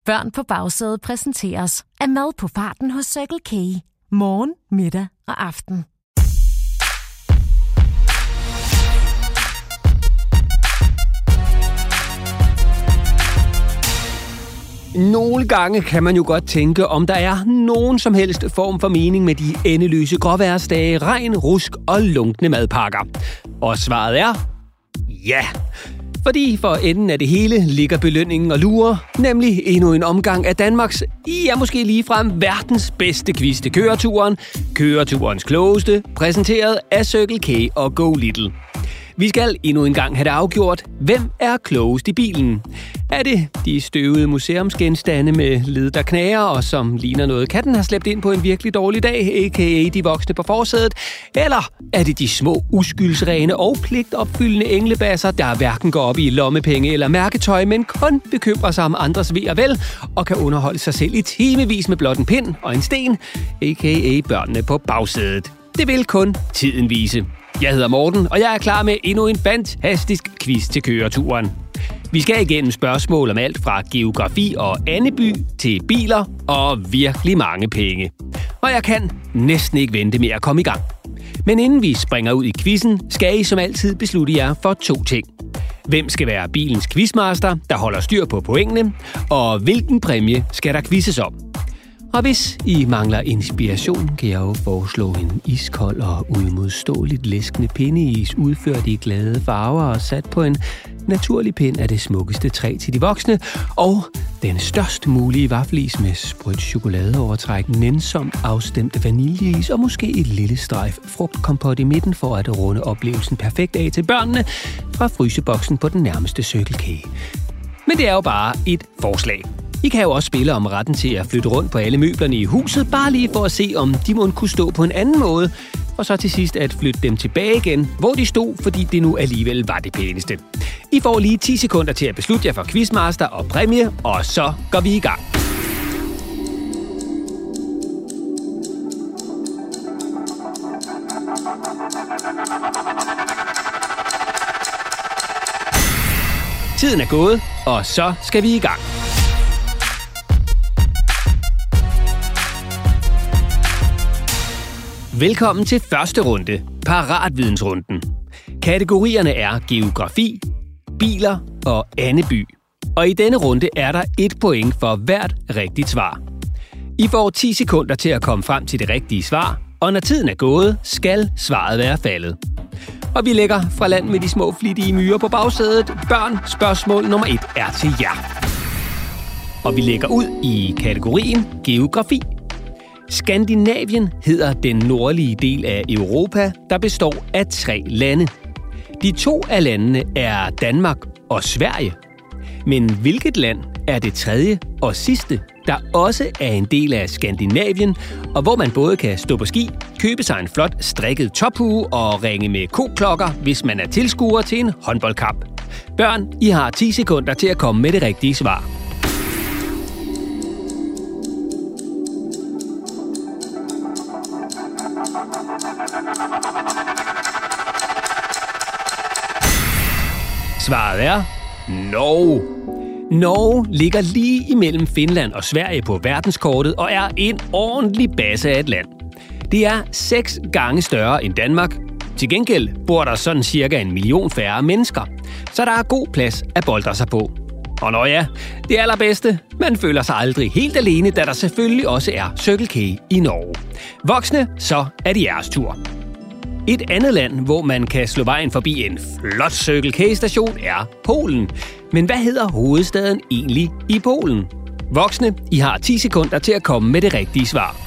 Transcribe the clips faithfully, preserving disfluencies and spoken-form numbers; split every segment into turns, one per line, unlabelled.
Børn på bagsædet præsenteres af mad på farten hos Circle K. Morgen, middag og aften.
Nogle gange kan man jo godt tænke, om der er nogen som helst form for mening med de endeløse gråvejrsdage, regn, rusk og lunkne madpakker. Og svaret er ja. Fordi for enden af det hele ligger belønningen og lurer, nemlig endnu en omgang af Danmarks, ja måske ligefrem verdens bedste quiz til køreturen, køreturens klogeste, præsenteret af Circle K og Go Little. Vi skal endnu en gang have det afgjort. Hvem er klogest i bilen? Er det de støvede museumsgenstande med led, der knager og som ligner noget katten har slæbt ind på en virkelig dårlig dag, a k a de voksne på forsædet? Eller er det de små, uskyldsrene og pligtopfyldende englebasser, der hverken går op i lommepenge eller mærketøj, men kun bekymrer sig om andres ve og vel og kan underholde sig selv i timevis med blot en pind og en sten, a k a børnene på bagsædet? Det vil kun tiden vise. Jeg hedder Morten, og jeg er klar med endnu en fantastisk quiz til køreturen. Vi skal igennem spørgsmål om alt fra geografi og andeby til biler og virkelig mange penge. Og jeg kan næsten ikke vente med at komme i gang. Men inden vi springer ud i quizzen, skal I som altid beslutte jer for to ting. Hvem skal være bilens quizmaster, der holder styr på pointene, og hvilken præmie skal der quizzes om? Og hvis I mangler inspiration, kan jeg jo foreslå en iskold og uimodståeligt læskende pindeis udført i glade farver og sat på en naturlig pind af det smukkeste træ til de voksne, og den størst mulige vaffelis med sprødt chokoladeovertræk, nænsomt afstemt vaniljeis og måske et lille strejf frugtkompot i midten for at runde oplevelsen perfekt af til børnene fra fryseboksen på den nærmeste Circle K. Men det er jo bare et forslag. I kan jo også spille om retten til at flytte rundt på alle møblerne i huset, bare lige for at se, om de må kunne stå på en anden måde, og så til sidst at flytte dem tilbage igen, hvor de stod, fordi det nu alligevel var det pæneste. I får lige ti sekunder til at beslutte jer for quizmaster og præmie, og så går vi i gang. Tiden er gået, og så skal vi i gang. Velkommen til første runde, Paratvidensrunden. Kategorierne er geografi, biler og andeby. Og i denne runde er der et point for hvert rigtigt svar. I får ti sekunder til at komme frem til det rigtige svar, og når tiden er gået, skal svaret være faldet. Og vi lægger fra land med de små flittige myrer på bagsædet. Børn, spørgsmål nummer et er til jer. Og vi lægger ud i kategorien geografi. Skandinavien hedder den nordlige del af Europa, der består af tre lande. De to af landene er Danmark og Sverige. Men hvilket land er det tredje og sidste, der også er en del af Skandinavien, og hvor man både kan stå på ski, købe sig en flot strikket tophue og ringe med koklokker, hvis man er tilskuer til en håndboldkamp? Børn, I har ti sekunder til at komme med det rigtige svar. Svaret er Norge. Norge ligger lige imellem Finland og Sverige på verdenskortet og er en ordentlig basse af et land. Det er seks gange større end Danmark. Til gengæld bor der sådan cirka en million færre mennesker, så der er god plads at boltre sig på. Og nå ja, det allerbedste, man føler sig aldrig helt alene, da der selvfølgelig også er Circle K i Norge. Voksne, så er det jeres tur. Et andet land, hvor man kan slå vejen forbi en flot Circle K-station, er Polen. Men hvad hedder hovedstaden egentlig i Polen? Voksne, I har ti sekunder til at komme med det rigtige svar.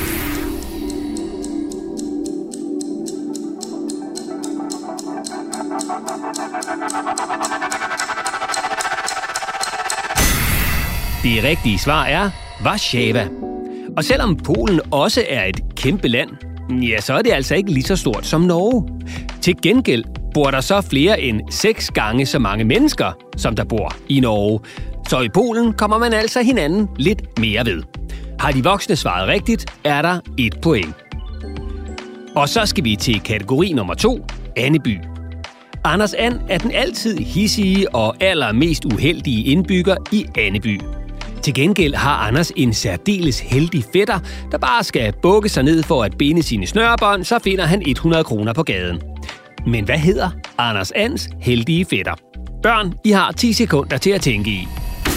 Det rigtige svar er Warszawa. Og selvom Polen også er et kæmpe land, ja, så er det altså ikke lige så stort som Norge. Til gengæld bor der så flere end seks gange så mange mennesker, som der bor i Norge. Så i Polen kommer man altså hinanden lidt mere ved. Har de voksne svaret rigtigt, er der et point. Og så skal vi til kategori nummer to, andeby. Anders And er den altid hidsige og allermest uheldige indbygger i Andeby. Til gengæld har Anders en særdeles heldig fætter, der bare skal bukke sig ned for at binde sine snørebånd, så finder han hundrede kroner på gaden. Men hvad hedder Anders Ands heldige fætter? Børn, I har ti sekunder til at tænke i.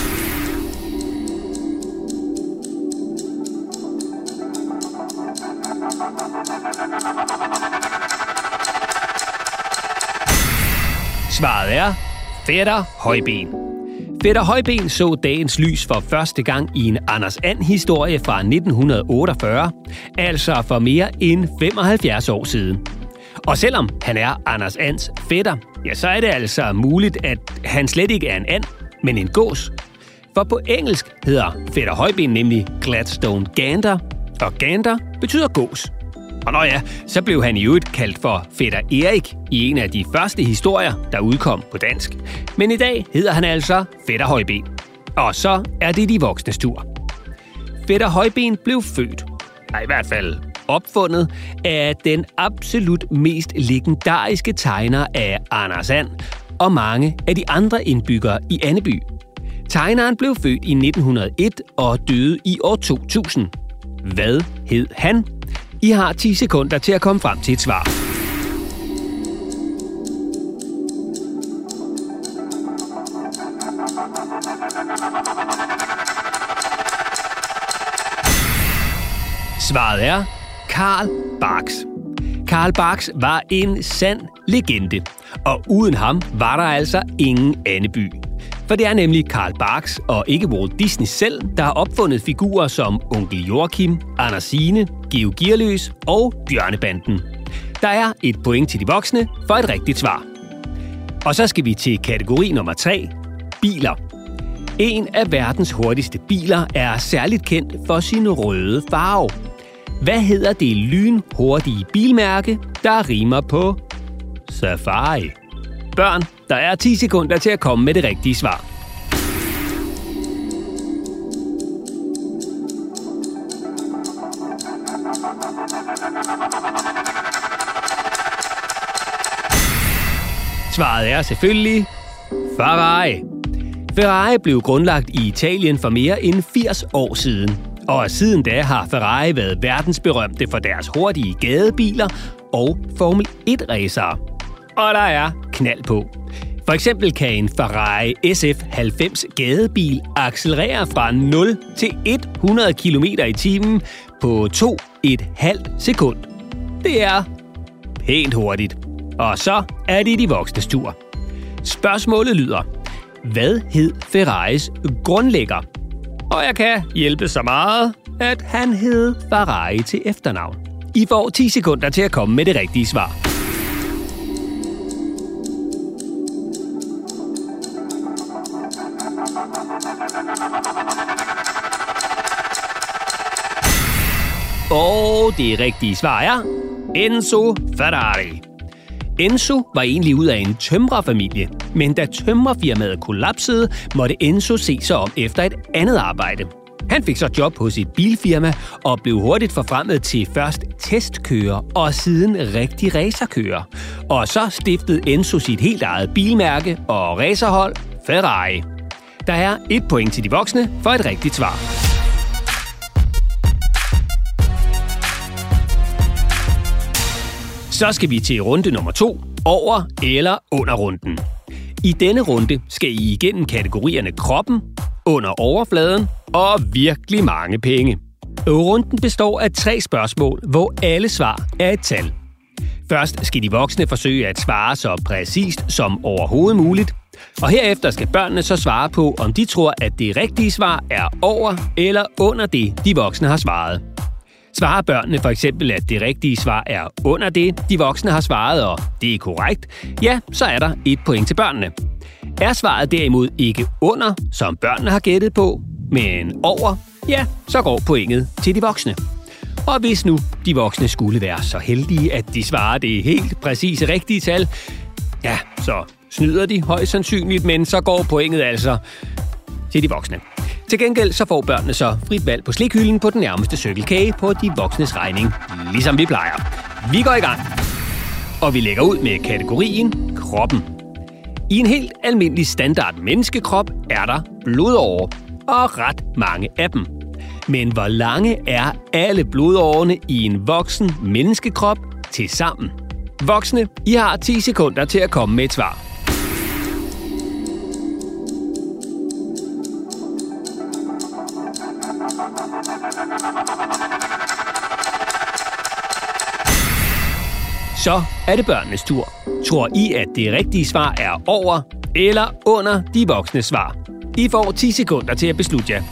Svaret er Fætter Højben. Fætter Højben så dagens lys for første gang i en Anders And-historie fra nitten otteogfyrre, altså for mere end femoghalvfjerds år siden. Og selvom han er Anders Ands fætter, ja, så er det altså muligt, at han slet ikke er en and, men en gås. For på engelsk hedder Fætter Højben nemlig Gladstone Gander, og gander betyder gås. Og nå ja, så blev han i øvrigt kaldt for Fætter Erik i en af de første historier, der udkom på dansk. Men i dag hedder han altså Fætter Højben. Og så er det de voksnes tur. Fætter Højben blev født, nej, i hvert fald opfundet, af den absolut mest legendariske tegner af Anders And og mange af de andre indbyggere i Andeby. Tegneren blev født i nitten hundrede og en og døde i år to tusind. Hvad hed han? I har ti sekunder til at komme frem til et svar. Svaret er Carl Barks. Carl Barks var en sand legende, og uden ham var der altså ingen Andeby. For det er nemlig Carl Barks og ikke Walt Disney selv, der har opfundet figurer som Onkel Joachim, Andersine, Georg Gearløs og Bjørnebanden. Der er et point til de voksne for et rigtigt svar. Og så skal vi til kategori nummer tre, biler. En af verdens hurtigste biler er særligt kendt for sin røde farve. Hvad hedder det lynhurtige bilmærke, der rimer på Safari? Børn, der er ti sekunder til at komme med det rigtige svar. Svaret er selvfølgelig Ferrari. Ferrari blev grundlagt i Italien for mere end firs år siden. Og siden da har Ferrari været verdensberømte for deres hurtige gadebiler og Formel et-racere. Og der er knald på. For eksempel kan en Ferrari S F halvfems gadebil accelerere fra nul til hundrede kilometer i timen på to komma fem sekund. Det er pænt hurtigt. Og så er det de voksnes tur. Spørgsmålet lyder: hvad hed Ferraris grundlægger? Og jeg kan hjælpe så meget, at han hed Ferrari til efternavn. I får ti sekunder til at komme med det rigtige svar. Og det rigtige svar er Enzo Ferrari. Enzo var egentlig ud af en tømrerfamilie, men da tømrerfirmaet kollapsede, måtte Enzo se sig om efter et andet arbejde. Han fik så job hos et bilfirma og blev hurtigt forfremmet til først testkører og siden rigtig racerkører. Og så stiftede Enzo sit helt eget bilmærke og racerhold Ferrari. Der er et point til de voksne for et rigtigt svar. Så skal vi til runde nummer to, over eller under runden. I denne runde skal I igennem kategorierne kroppen, under overfladen og virkelig mange penge. Runden består af tre spørgsmål, hvor alle svar er et tal. Først skal de voksne forsøge at svare så præcist som overhovedet muligt, og herefter skal børnene så svare på, om de tror, at det rigtige svar er over eller under det, de voksne har svaret. Svarer børnene for eksempel, at det rigtige svar er under det, de voksne har svaret, og det er korrekt, ja, så er der et point til børnene. Er svaret derimod ikke under, som børnene har gættet på, men over, ja, så går pointet til de voksne. Og hvis nu de voksne skulle være så heldige, at de svarer det helt præcise rigtige tal, ja, så snyder de højst sandsynligt, men så går pointet altså til de voksne. Til gengæld så får børnene så frit valg på slikhylden på den nærmeste Circle K på de voksnes regning, ligesom vi plejer. Vi går i gang, og vi lægger ud med kategorien kroppen. I en helt almindelig standard menneskekrop er der blodårer, og ret mange af dem. Men hvor lange er alle blodårene i en voksen menneskekrop til sammen? Voksne, I har ti sekunder til at komme med et svar. Så er det børnenes tur. Tror I, at det rigtige svar er over eller under de voksne svar? I får ti sekunder til at beslutte jer.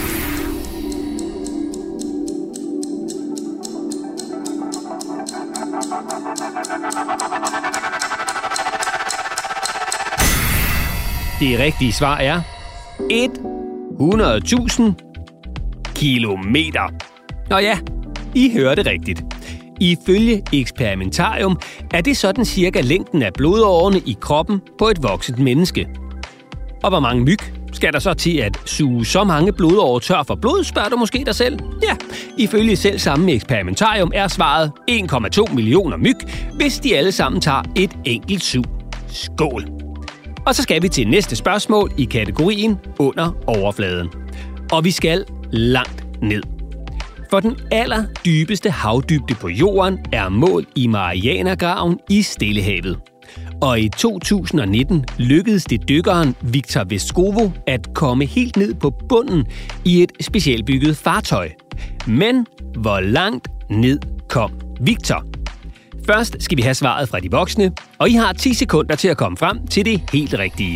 Det rigtige svar er hundrede tusind kilometer. Nå ja, I hørte rigtigt. Ifølge Experimentarium er det sådan cirka længden af blodårene i kroppen på et voksent menneske. Og hvor mange myg skal der så til at suge så mange blodårer tør for blod, spørger du måske dig selv? Ja, ifølge selv samme Experimentarium er svaret en komma to millioner myg, hvis de alle sammen tager et enkelt sug. Skål! Og så skal vi til næste spørgsmål i kategorien under overfladen. Og vi skal langt ned. For den allerdybeste havdybde på jorden er målt i Marianergraven i Stillehavet. Og i to tusind nitten lykkedes det dykkeren Victor Vescovo at komme helt ned på bunden i et specialbygget fartøj. Men hvor langt ned kom Victor? Først skal vi have svaret fra de voksne, og I har ti sekunder til at komme frem til det helt rigtige.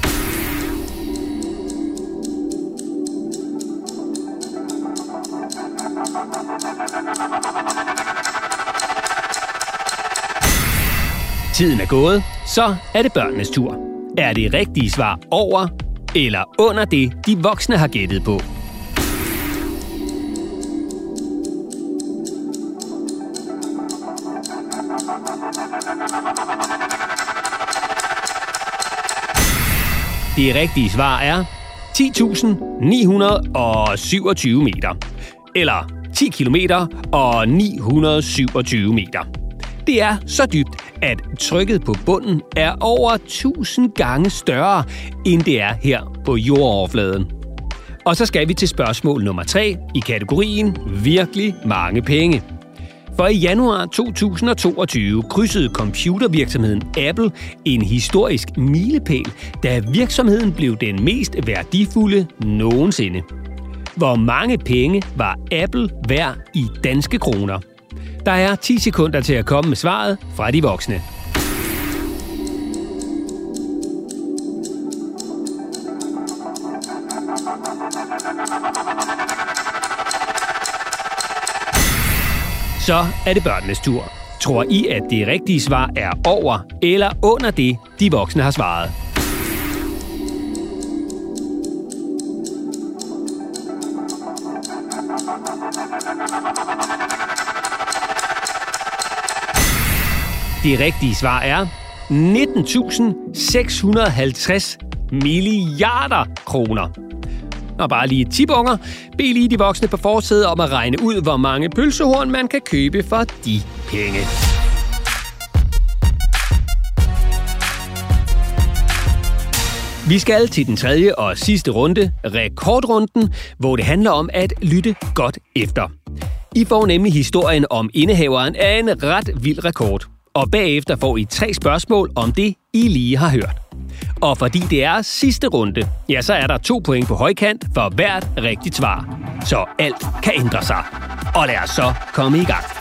Tiden er gået, så er det børnenes tur. Er det rigtige svar over eller under det, de voksne har gættet på? Det rigtige svar er ti tusind ni hundrede syvogtyve meter. Eller ti kilometer og ni hundrede syvogtyve meter. Det er så dybt, at trykket på bunden er over tusind gange større, end det er her på jordoverfladen. Og så skal vi til spørgsmål nummer tre i kategorien virkelig mange penge. For i januar to tusind toogtyve krydsede computervirksomheden Apple en historisk milepæl, da virksomheden blev den mest værdifulde nogensinde. Hvor mange penge var Apple værd i danske kroner? Der er ti sekunder til at komme med svaret fra de voksne. Så er det børnenes tur. Tror I, at det rigtige svar er over eller under det, de voksne har svaret? Det rigtige svar er nitten tusind seks hundrede og halvtreds milliarder kroner. Og bare lige et tip, unger. Bed lige de voksne på forsædet om at regne ud, hvor mange pølsehorn man kan købe for de penge. Vi skal til den tredje og sidste runde, rekordrunden, hvor det handler om at lytte godt efter. I får nemlig historien om indehaveren af en ret vild rekord. Og bagefter får I tre spørgsmål om det, I lige har hørt. Og fordi det er sidste runde, ja, så er der to point på højkant for hvert rigtigt svar. Så alt kan ændre sig. Og lad os så komme i gang.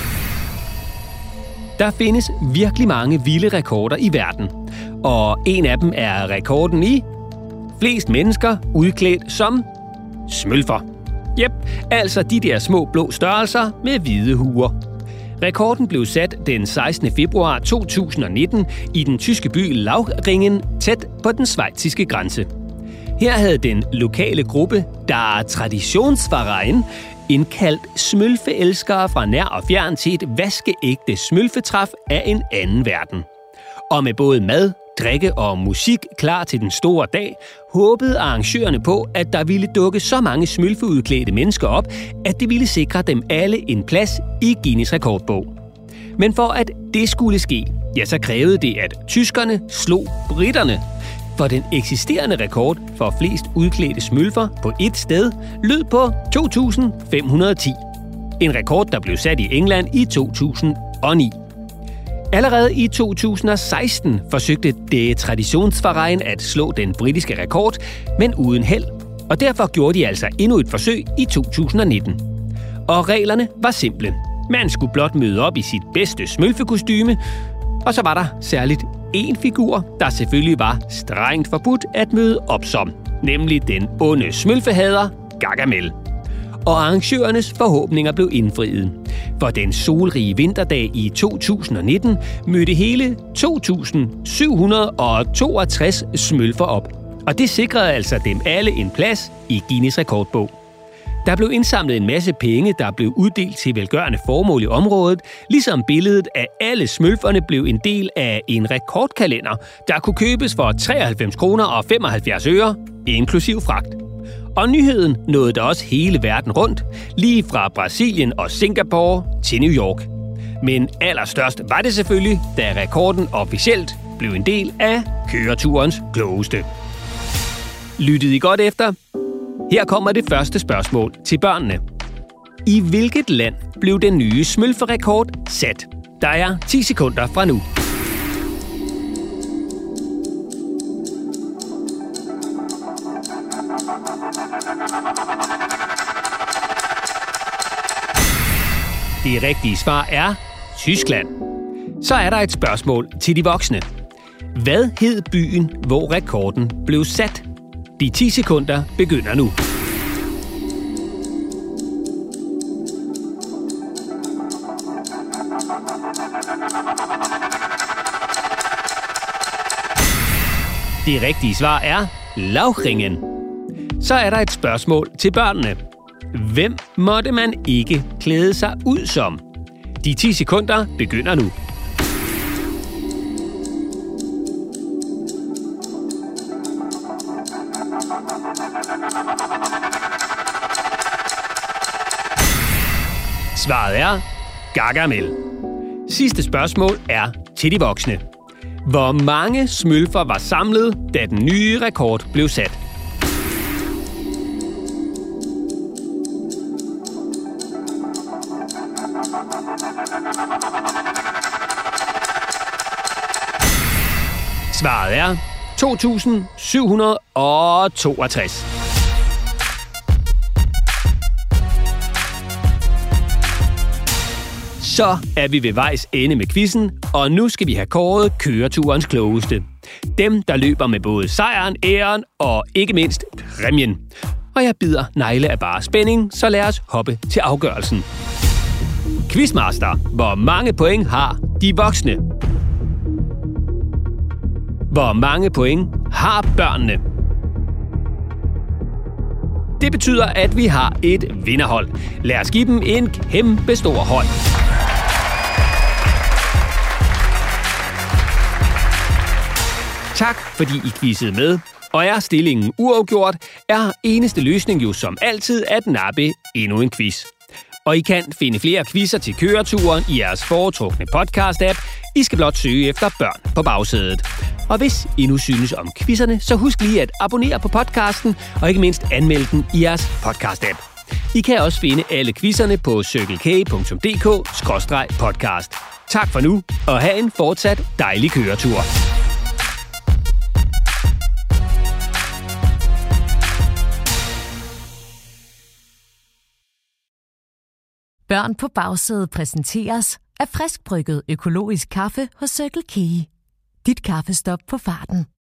Der findes virkelig mange vilde rekorder i verden. Og en af dem er rekorden i flest mennesker udklædt som smølfer. Jep, altså de der små blå størrelser med hvide huer. Rekorden blev sat den sekstende februar to tusind nitten i den tyske by Lauchringen, tæt på den schweiziske grænse. Her havde den lokale gruppe Der Traditionsverein indkaldt smølfeelskere fra nær og fjern til et vaskeægte smølfetræf af en anden verden. Og med både mad, drikke og musik klar til den store dag, håbede arrangørerne på, at der ville dukke så mange smølfeudklædte mennesker op, at det ville sikre dem alle en plads i Guinness rekordbog. Men for at det skulle ske, ja, så krævede det, at tyskerne slog britterne. For den eksisterende rekord for flest udklædte smølfer på ét sted lød på to tusind fem hundrede og ti. En rekord, der blev sat i England i to tusind og ni. Allerede i to tusind og seksten forsøgte Det Traditionsverein at slå den britiske rekord, men uden held. Og derfor gjorde de altså endnu et forsøg i to tusind og nitten. Og reglerne var simple. Man skulle blot møde op i sit bedste smølfekostyme, og så var der særligt én figur, der selvfølgelig var strengt forbudt at møde op som, nemlig den onde smølfehader Gargamel. Og arrangørernes forhåbninger blev indfriet. For den solrige vinterdag i to tusind og nitten mødte hele to tusind syv hundrede og toogtres smølfer op. Og det sikrede altså dem alle en plads i Guinness rekordbog. Der blev indsamlet en masse penge, der blev uddelt til velgørende formål i området, ligesom billedet af alle smølferne blev en del af en rekordkalender, der kunne købes for treoghalvfems kroner og femoghalvfjerds øre, inklusiv fragt. Og nyheden nåede da også hele verden rundt, lige fra Brasilien og Singapore til New York. Men allerstørst var det selvfølgelig, da rekorden officielt blev en del af køreturens klogeste. Lyttede I godt efter? Her kommer det første spørgsmål til børnene. I hvilket land blev den nye smølferekord sat? Der er ti sekunder fra nu. Det rigtige svar er Tyskland. Så er der et spørgsmål til de voksne. Hvad hed byen, hvor rekorden blev sat? De ti sekunder begynder nu. Det rigtige svar er Lauchringen. Så er der et spørgsmål til børnene. Hvem måtte man ikke klæde sig ud som? De ti sekunder begynder nu. Svaret er Gargamel. Sidste spørgsmål er til de voksne. Hvor mange smølfer var samlet, da den nye rekord blev sat? Svaret er to tusind syv hundrede og toogtres. Så er vi ved vejs ende med quizzen, og nu skal vi have kåret køreturens klogeste. Dem, der løber med både sejren, æren og ikke mindst præmien. Og jeg bider negle af bare spænding, så lad os hoppe til afgørelsen. Quizmaster, hvor mange point har de voksne? Hvor mange point har børnene? Det betyder, at vi har et vinderhold. Lad os give dem en kæmpe stor hånd. Tak, fordi I quizzede med. Og er stillingen uafgjort, er eneste løsning jo som altid at nappe endnu en quiz. Og I kan finde flere quizzer til køreturen i jeres foretrukne podcast-app. I skal blot søge efter børn på bagsædet. Og hvis I nu synes om quizzerne, så husk lige at abonnere på podcasten, og ikke mindst anmelde den i jeres podcast-app. I kan også finde alle quizzerne på circle k punktum d k skråstreg podcast. Tak for nu, og have en fortsat dejlig køretur.
Børn på bagsædet præsenteres af friskbrygget økologisk kaffe hos Circle K. Dit kaffestop på farten.